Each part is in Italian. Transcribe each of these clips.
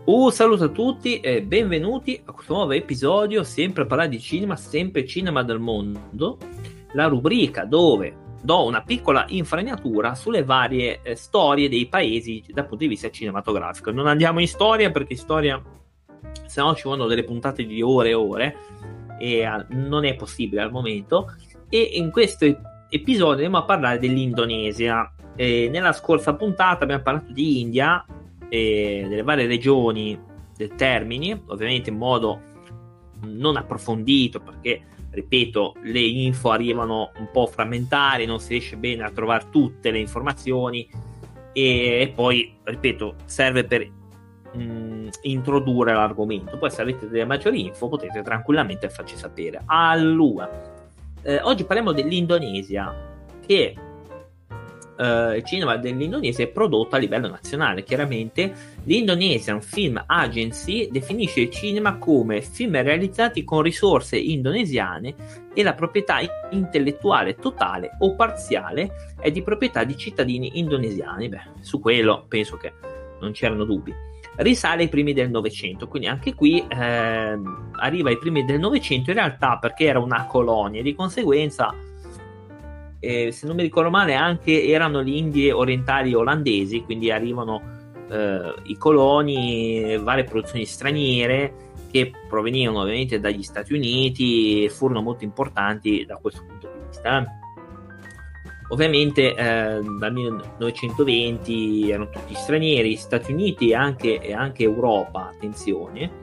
Un saluto a tutti e benvenuti a questo nuovo episodio, sempre a parlare di cinema, sempre cinema del mondo, la rubrica dove do una piccola infarinatura sulle varie storie dei paesi dal punto di vista cinematografico. Non andiamo in storia perché storia, se no ci vogliono delle puntate di ore e ore e non è possibile al momento. E in questo episodio andiamo a parlare dell'Indonesia. Nella scorsa puntata abbiamo parlato di India, delle varie regioni del termine, ovviamente in modo non approfondito perché, ripeto, le info arrivano un po' frammentarie, non si riesce bene a trovare tutte le informazioni e poi, ripeto, serve per introdurre l'argomento. Poi se avete delle maggiori info potete tranquillamente farci sapere. Allora, oggi parliamo dell'Indonesia, che il cinema dell'Indonesia è prodotto a livello nazionale. Chiaramente l'Indonesian Film Agency definisce il cinema come film realizzati con risorse indonesiane e la proprietà intellettuale totale o parziale è di proprietà di cittadini indonesiani. Su quello penso che non c'erano dubbi. Risale ai primi del Novecento, quindi anche qui arriva ai primi del Novecento in realtà perché era una colonia, di conseguenza se non mi ricordo male anche erano le Indie orientali olandesi, quindi arrivano i coloni, varie produzioni straniere che provenivano ovviamente dagli Stati Uniti e furono molto importanti da questo punto di vista. Ovviamente dal 1920 erano tutti stranieri, Stati Uniti e anche Europa, attenzione.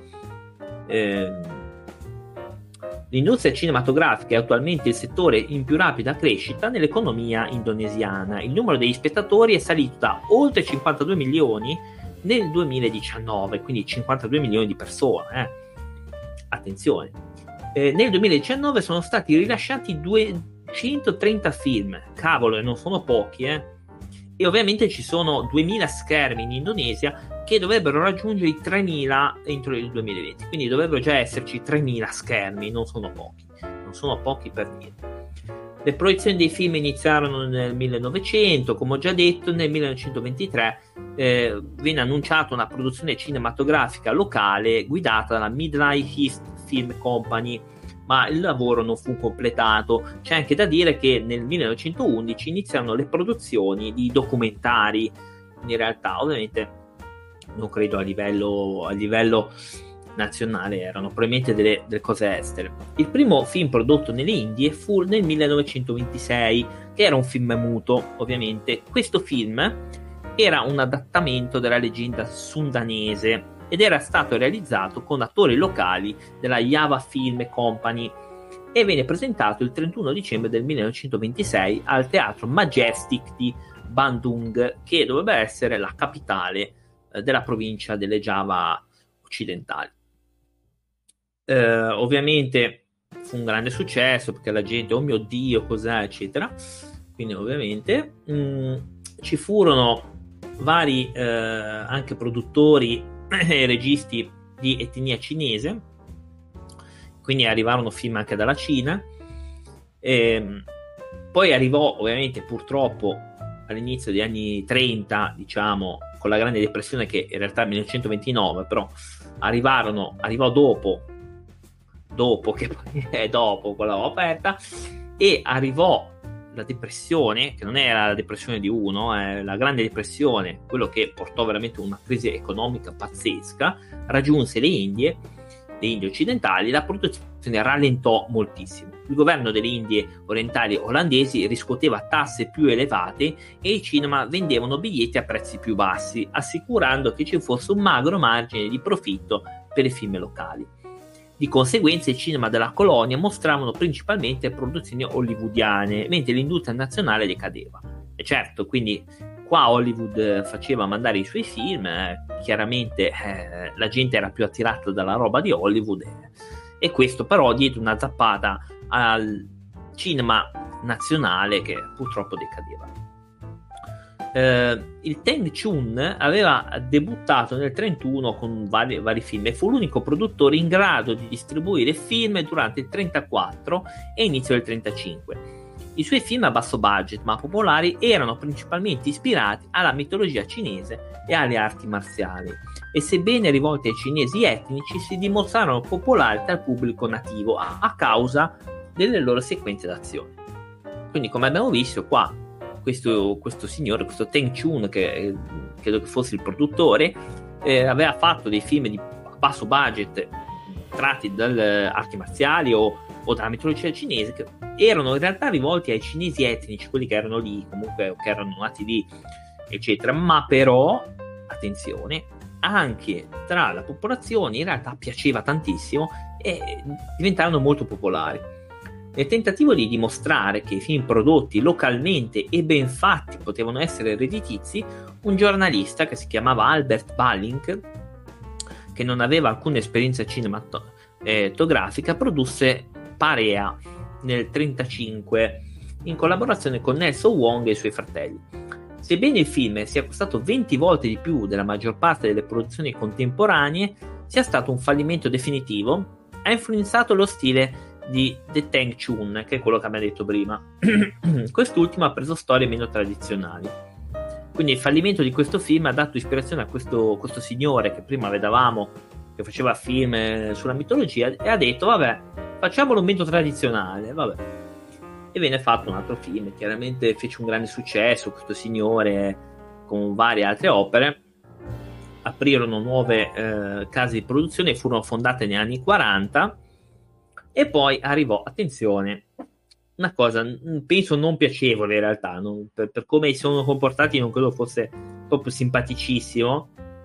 L'industria cinematografica è attualmente il settore in più rapida crescita nell'economia indonesiana. Il numero degli spettatori è salito da oltre 52 milioni nel 2019, quindi 52 milioni di persone. Attenzione. Nel 2019 sono stati rilasciati 230 film, cavolo, e non sono pochi, e ovviamente ci sono 2000 schermi in Indonesia che dovrebbero raggiungere i 3000 entro il 2020, quindi dovrebbero già esserci 3000 schermi, non sono pochi per niente. Le proiezioni dei film iniziarono nel 1900, come ho già detto. Nel 1923 venne annunciata una produzione cinematografica locale guidata dalla Midnight East Film Company, ma il lavoro non fu completato. C'è anche da dire che nel 1911 iniziarono le produzioni di documentari, in realtà ovviamente non credo a livello nazionale, erano probabilmente delle cose estere. Il primo film prodotto nelle Indie fu nel 1926, che era un film muto, ovviamente. Questo film era un adattamento della leggenda sundanese ed era stato realizzato con attori locali della Java Film Company e venne presentato il 31 dicembre del 1926 al Teatro Majestic di Bandung, che dovrebbe essere la capitale della provincia delle Java occidentali. Ovviamente fu un grande successo perché la gente, oh mio Dio, cos'è, eccetera. Quindi ovviamente ci furono vari anche produttori e registi di etnia cinese, quindi arrivarono film anche dalla Cina. Poi arrivò ovviamente purtroppo all'inizio degli anni 30, diciamo, con la Grande Depressione, che in realtà è 1929, però arrivò dopo che poi è dopo quella aperta, e arrivò la depressione, che non era la depressione di uno, è la Grande Depressione, quello che portò veramente una crisi economica pazzesca, raggiunse le Indie occidentali, la produzione rallentò moltissimo. Il governo delle Indie orientali olandesi riscuoteva tasse più elevate e i cinema vendevano biglietti a prezzi più bassi, assicurando che ci fosse un magro margine di profitto per i film locali. Di conseguenza i cinema della colonia mostravano principalmente produzioni hollywoodiane, mentre l'industria nazionale decadeva. E certo, quindi qua Hollywood faceva mandare i suoi film, chiaramente la gente era più attirata dalla roba di Hollywood, e questo però diede una zappata al cinema nazionale che purtroppo decadeva. Il Teng Chun aveva debuttato nel 1931 con vari film e fu l'unico produttore in grado di distribuire film durante il 1934 e inizio del 1935. I suoi film a basso budget ma popolari erano principalmente ispirati alla mitologia cinese e alle arti marziali, e sebbene rivolti ai cinesi etnici si dimostrarono popolari tra il pubblico nativo a causa delle loro sequenze d'azione. Quindi, come abbiamo visto qua, questo signore, questo Teng Chun, che credo che fosse il produttore, aveva fatto dei film di basso budget tratti dalle arti marziali o dalla mitologia cinese, che erano in realtà rivolti ai cinesi etnici, quelli che erano lì, comunque che erano nati lì, eccetera, ma però, attenzione, anche tra la popolazione in realtà piaceva tantissimo e diventarono molto popolari. Nel tentativo di dimostrare che i film prodotti localmente e ben fatti potevano essere redditizi, un giornalista che si chiamava Albert Ballink, che non aveva alcuna esperienza cinematografica, produsse Parea nel 1935 in collaborazione con Nelson Wong e i suoi fratelli. Sebbene il film sia costato 20 volte di più della maggior parte delle produzioni contemporanee, sia stato un fallimento definitivo, ha influenzato lo stile di The Teng Chun, che è quello che abbiamo detto prima. Quest'ultimo ha preso storie meno tradizionali. Quindi il fallimento di questo film ha dato ispirazione a questo signore che prima vedevamo, che faceva film sulla mitologia, e ha detto vabbè, facciamolo meno tradizionale, vabbè. E venne fatto un altro film, chiaramente fece un grande successo questo signore con varie altre opere. Aprirono nuove case di produzione, furono fondate negli anni 40, e poi arrivò, attenzione, una cosa penso non piacevole in realtà, per come si sono comportati non credo fosse proprio simpaticissimo,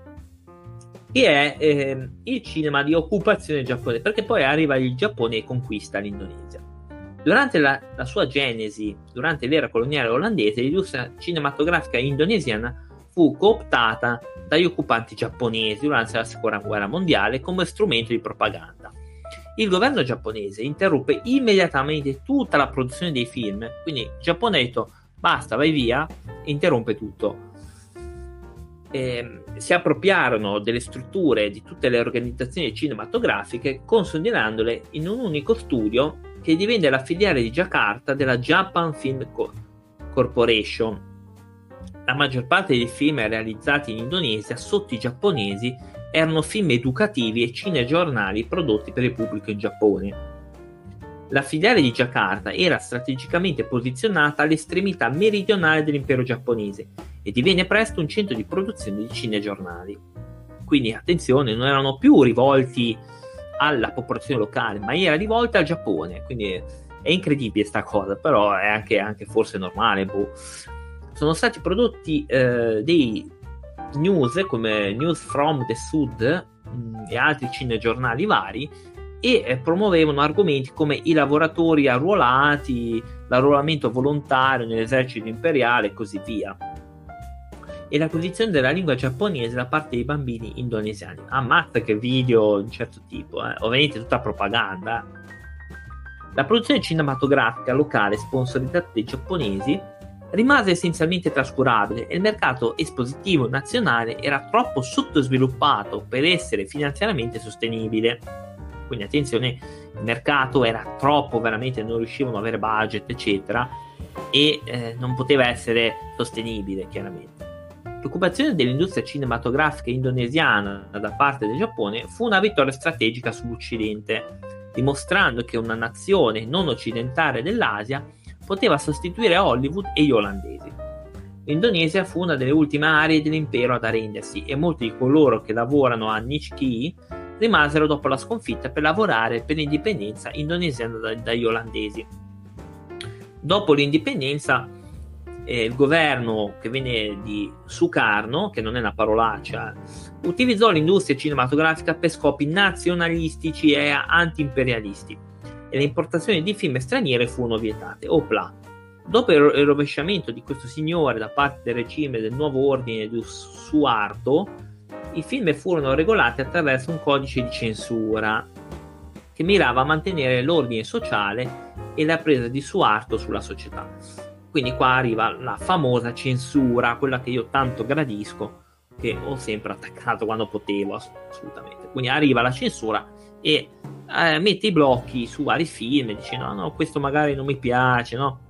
che è il cinema di occupazione giapponese, perché poi arriva il Giappone e conquista l'Indonesia. Durante la sua genesi, durante l'era coloniale olandese, l'industria cinematografica indonesiana fu cooptata dagli occupanti giapponesi durante la seconda guerra mondiale come strumento di propaganda. Il governo giapponese interruppe immediatamente tutta la produzione dei film, quindi il Giappone ha detto basta, vai via, e interrompe tutto. Si appropriarono delle strutture di tutte le organizzazioni cinematografiche, consolidandole in un unico studio che divenne la filiale di Giacarta della Japan Film Corporation. La maggior parte dei film realizzati in Indonesia sotto i giapponesi erano film educativi e cinegiornali prodotti per il pubblico in Giappone. La filiale di Giacarta era strategicamente posizionata all'estremità meridionale dell'impero giapponese e divenne presto un centro di produzione di cinegiornali. Quindi attenzione, non erano più rivolti alla popolazione locale, ma era rivolta al Giappone. Quindi è incredibile sta cosa, però è anche forse normale. Sono stati prodotti dei news come News from the Sud e altri cinegiornali vari, e promuovevano argomenti come i lavoratori arruolati, l'arruolamento volontario nell'esercito imperiale e così via, e l'acquisizione della lingua giapponese da parte dei bambini indonesiani. Ammazza che video di un certo tipo, ovviamente tutta propaganda. La produzione cinematografica locale sponsorizzata dai giapponesi rimase essenzialmente trascurabile e il mercato espositivo nazionale era troppo sottosviluppato per essere finanziariamente sostenibile. Quindi attenzione, il mercato era troppo, veramente non riuscivano ad avere budget eccetera, e non poteva essere sostenibile chiaramente. L'occupazione dell'industria cinematografica indonesiana da parte del Giappone fu una vittoria strategica sull'Occidente, dimostrando che una nazione non occidentale dell'Asia poteva sostituire Hollywood e gli olandesi. L'Indonesia fu una delle ultime aree dell'impero ad arrendersi e molti di coloro che lavorano a Nichiki rimasero dopo la sconfitta per lavorare per l'indipendenza indonesiana dagli olandesi. Dopo l'indipendenza il governo che venne di Sukarno, che non è una parolaccia, utilizzò l'industria cinematografica per scopi nazionalistici e anti-imperialisti, e le importazioni di film straniere furono vietate. Opla. Dopo il rovesciamento di questo signore da parte del regime del nuovo ordine di Suharto, i film furono regolati attraverso un codice di censura che mirava a mantenere l'ordine sociale e la presa di Suharto sulla società. Quindi qua arriva la famosa censura, quella che io tanto gradisco, che ho sempre attaccato quando potevo, assolutamente. Quindi arriva la censura e mette i blocchi su vari film, dice no, questo magari non mi piace, no?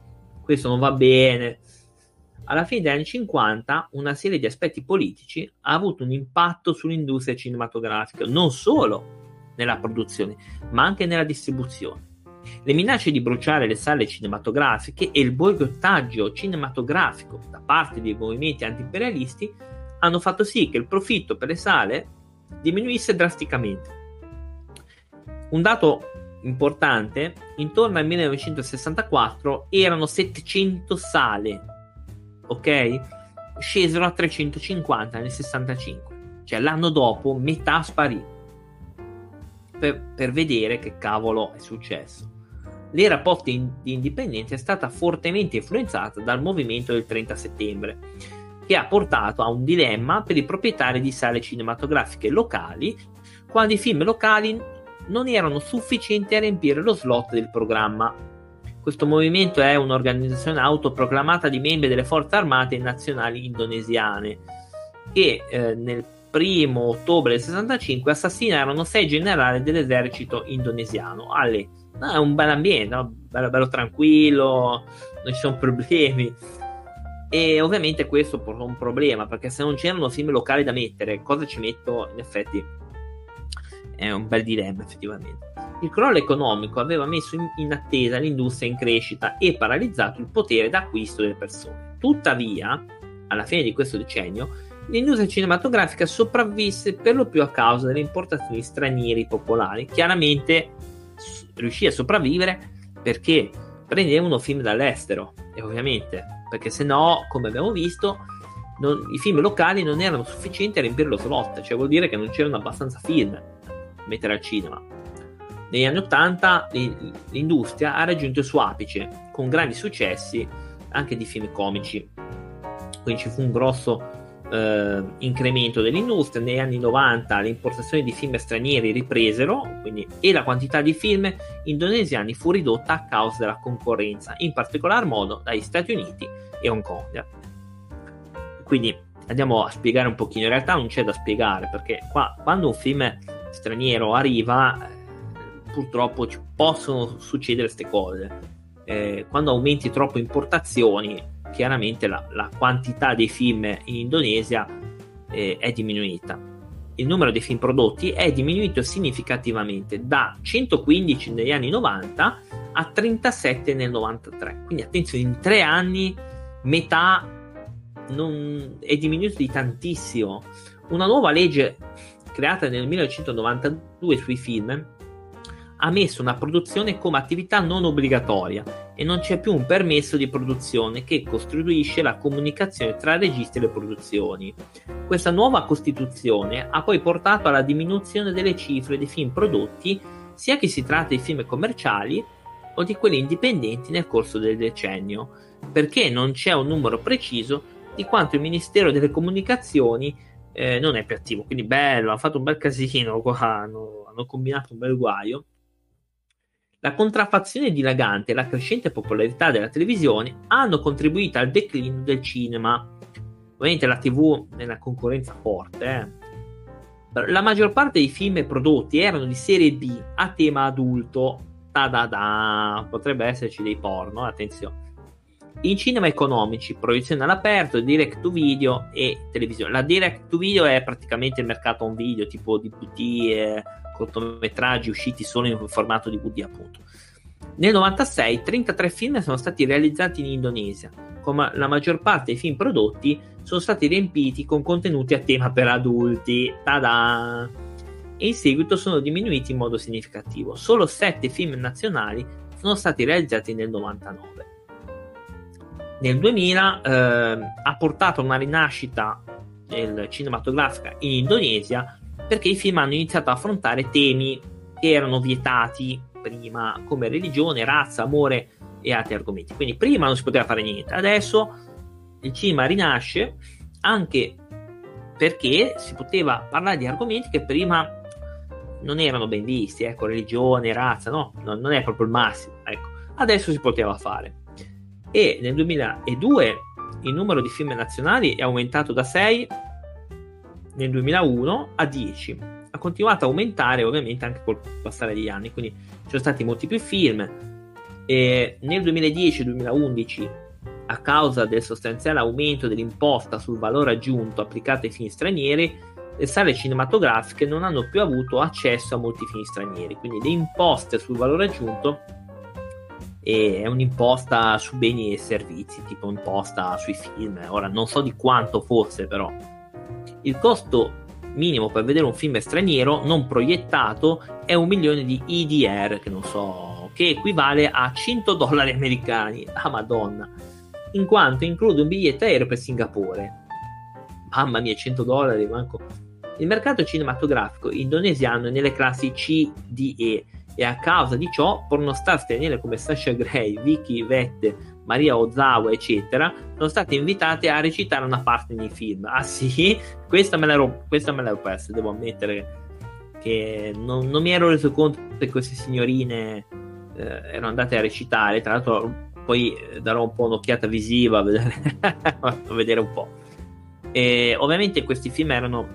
questo non va bene. Alla fine degli anni 50 una serie di aspetti politici ha avuto un impatto sull'industria cinematografica, non solo nella produzione, ma anche nella distribuzione. Le minacce di bruciare le sale cinematografiche e il boicottaggio cinematografico da parte dei movimenti anti-imperialisti hanno fatto sì che il profitto per le sale diminuisse drasticamente. Un dato importante, intorno al 1964 erano 700 sale, ok? Scesero a 350 nel 65, cioè l'anno dopo metà sparì, per vedere che cavolo è successo. L'era post di indipendenza è stata fortemente influenzata dal movimento del 30 settembre, che ha portato a un dilemma per i proprietari di sale cinematografiche locali, quando i film locali non erano sufficienti a riempire lo slot del programma. Questo movimento è un'organizzazione autoproclamata di membri delle forze armate nazionali indonesiane che nel 1 ottobre del 65 assassinarono 6 generali dell'esercito indonesiano. È un bel ambiente, no? bello tranquillo, non ci sono problemi. E ovviamente questo porta un problema, perché se non c'erano film locali da mettere, cosa ci metto? In effetti è un bel dilemma, effettivamente. Il crollo economico aveva messo in attesa l'industria in crescita e paralizzato il potere d'acquisto delle persone. Tuttavia, alla fine di questo decennio, l'industria cinematografica sopravvisse per lo più a causa delle importazioni stranieri popolari. Chiaramente riuscì a sopravvivere perché prendevano film dall'estero, e ovviamente perché se no, come abbiamo visto, i film locali non erano sufficienti a riempire lo slot, cioè vuol dire che non c'erano abbastanza film da mettere al cinema. Negli anni 80 l'industria ha raggiunto il suo apice con grandi successi anche di film comici, quindi ci fu un grosso incremento dell'industria. Negli anni 90 le importazioni di film stranieri ripresero, e la quantità di film indonesiani fu ridotta a causa della concorrenza, in particolar modo dagli Stati Uniti e Hong Kong. Quindi andiamo a spiegare un pochino. In realtà non c'è da spiegare, perché quando un film straniero arriva, purtroppo ci possono succedere queste cose. Quando aumenti troppo importazioni, chiaramente la quantità dei film in Indonesia è diminuita. Il numero dei film prodotti è diminuito significativamente, da 115 negli anni 90 a 37 nel 93. Quindi attenzione, in 3 anni metà è diminuito di tantissimo. Una nuova legge creata nel 1992 sui film ha messo una produzione come attività non obbligatoria e non c'è più un permesso di produzione che costituisce la comunicazione tra registi e le produzioni. Questa nuova costituzione ha poi portato alla diminuzione delle cifre dei film prodotti, sia che si tratti di film commerciali o di quelli indipendenti nel corso del decennio, perché non c'è un numero preciso di quanto il Ministero delle Comunicazioni non è più attivo. Quindi bello, hanno fatto un bel casino qua, hanno combinato un bel guaio. La contraffazione dilagante e la crescente popolarità della televisione hanno contribuito al declino del cinema. Ovviamente la TV è una concorrenza forte. La maggior parte dei film prodotti erano di serie B a tema adulto. Potrebbe esserci dei porno, attenzione. In cinema economici, proiezione all'aperto, direct to video e televisione. La direct to video è praticamente il mercato on video, tipo DVD, cortometraggi usciti solo in formato DVD, appunto. Nel 96 33 film sono stati realizzati in Indonesia, come la maggior parte dei film prodotti sono stati riempiti con contenuti a tema per adulti. E in seguito sono diminuiti in modo significativo. Solo 7 film nazionali sono stati realizzati nel 99. Nel 2000 ha portato una rinascita cinematografica in Indonesia, perché i film hanno iniziato a affrontare temi che erano vietati prima, come religione, razza, amore e altri argomenti. Quindi prima non si poteva fare niente, adesso il cinema rinasce anche perché si poteva parlare di argomenti che prima non erano ben visti, religione, razza, no, non è proprio il massimo, adesso si poteva fare. E nel 2002 il numero di film nazionali è aumentato da 6 nel 2001 a 10. Ha continuato a aumentare ovviamente anche col passare degli anni, quindi ci sono stati molti più film. E nel 2010-2011, a causa del sostanziale aumento dell'imposta sul valore aggiunto applicata ai film stranieri, le sale cinematografiche non hanno più avuto accesso a molti film stranieri. Quindi le imposte sul valore aggiunto è un'imposta su beni e servizi, tipo imposta sui film. Ora non so di quanto fosse, però il costo minimo per vedere un film straniero non proiettato è 1 milione di IDR, che non so, che equivale a $100 americani. Ah, madonna, in quanto include un biglietto aereo per Singapore. Mamma mia, $100, manco. Il mercato cinematografico indonesiano è nelle classi C, D, e a causa di ciò pornostar straniere come Sasha Grey, Vicky Vette, Maria Ozawa, eccetera, sono state invitate a recitare una parte nei film. Ah sì? Questa me l'ero persa, devo ammettere che non mi ero reso conto che queste signorine erano andate a recitare. Tra l'altro poi darò un po' un'occhiata visiva a vedere un po'. E ovviamente questi film erano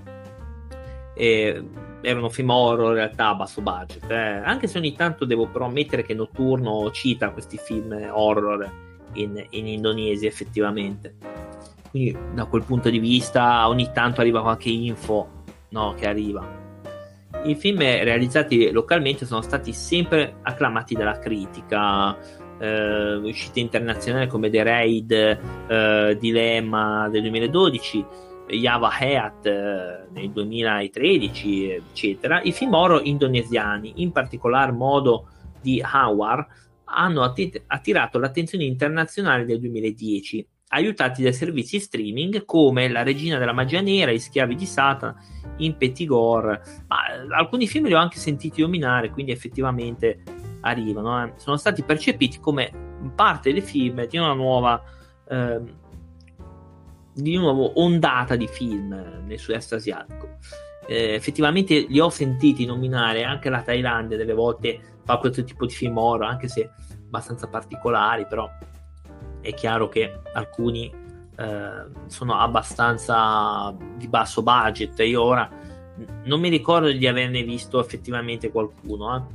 film horror, in realtà a basso budget, anche se ogni tanto devo però ammettere che Notturno cita questi film horror in Indonesia effettivamente, quindi da quel punto di vista ogni tanto arriva qualche info, no, che arriva. I film realizzati localmente sono stati sempre acclamati dalla critica, uscite internazionali come The Raid, Dilemma del 2012, Java Heat nel 2013, eccetera. I film horror indonesiani, in particolar modo di Hawar, hanno attirato l'attenzione internazionale nel 2010, aiutati dai servizi streaming come La regina della magia nera, Gli schiavi di Satana, Impetigore. Ma alcuni film li ho anche sentiti nominare, quindi effettivamente arrivano. Sono stati percepiti come parte dei film di una nuova ondata di film nel sud-est asiatico. Effettivamente li ho sentiti nominare, anche la Thailandia delle volte fa questo tipo di film horror, anche se abbastanza particolari, però è chiaro che alcuni sono abbastanza di basso budget. Io ora non mi ricordo di averne visto effettivamente qualcuno.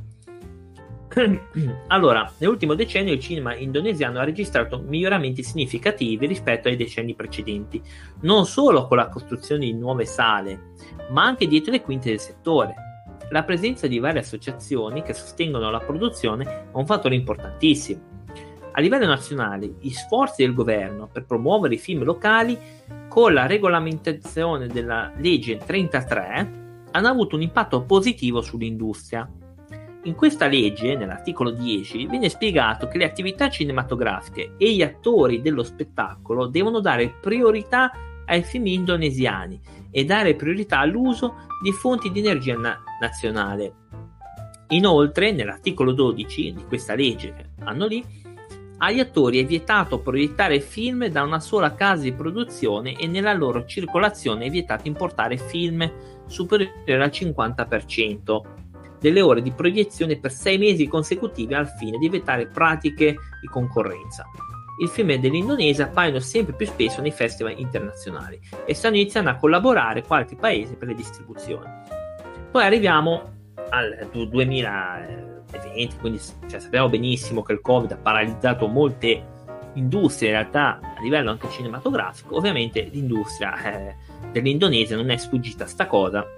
Allora, nell'ultimo decennio il cinema indonesiano ha registrato miglioramenti significativi rispetto ai decenni precedenti, non solo con la costruzione di nuove sale, ma anche dietro le quinte del settore. La presenza di varie associazioni che sostengono la produzione è un fattore importantissimo. A livello nazionale, gli sforzi del governo per promuovere i film locali con la regolamentazione della legge 33 hanno avuto un impatto positivo sull'industria. In questa legge, nell'articolo 10, viene spiegato che le attività cinematografiche e gli attori dello spettacolo devono dare priorità ai film indonesiani e dare priorità all'uso di fonti di energia nazionale. Inoltre, nell'articolo 12 di questa legge che hanno lì, agli attori è vietato proiettare film da una sola casa di produzione e nella loro circolazione è vietato importare film superiori al 50% delle ore di proiezione per 6 mesi consecutivi al fine di evitare pratiche di concorrenza. I film dell'Indonesia appaiono sempre più spesso nei festival internazionali e stanno iniziando a collaborare con altri paesi per le distribuzioni. Poi arriviamo al 2020, quindi sappiamo benissimo che il Covid ha paralizzato molte industrie, in realtà a livello anche cinematografico. Ovviamente l'industria dell'Indonesia non è sfuggita a sta cosa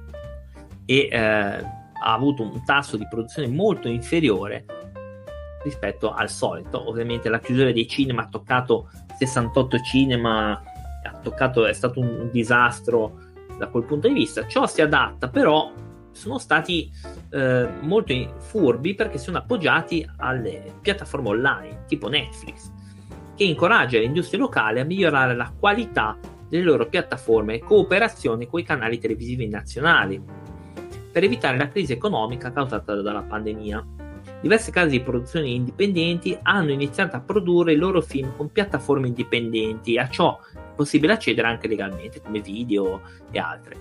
e ha avuto un tasso di produzione molto inferiore rispetto al solito. Ovviamente la chiusura dei cinema ha toccato 68 cinema, è stato un disastro da quel punto di vista. Ciò si adatta, però sono stati molto furbi perché sono appoggiati alle piattaforme online tipo Netflix, che incoraggia le industrie locali a migliorare la qualità delle loro piattaforme e cooperazione con i canali televisivi nazionali per evitare la crisi economica causata dalla pandemia. Diverse case di produzione indipendenti hanno iniziato a produrre i loro film con piattaforme indipendenti, a ciò è possibile accedere anche legalmente, come video e altre.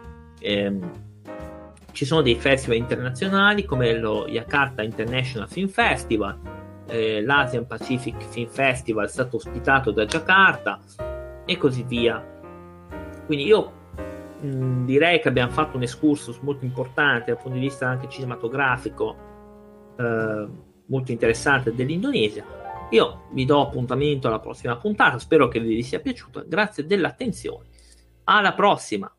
Ci sono dei festival internazionali come lo Jakarta International Film Festival, l'Asian Pacific Film Festival è stato ospitato da Jakarta e così via. Quindi io direi che abbiamo fatto un excursus molto importante dal punto di vista anche cinematografico molto interessante dell'Indonesia. Io vi do appuntamento alla prossima puntata, spero che vi sia piaciuto, grazie dell'attenzione, alla prossima!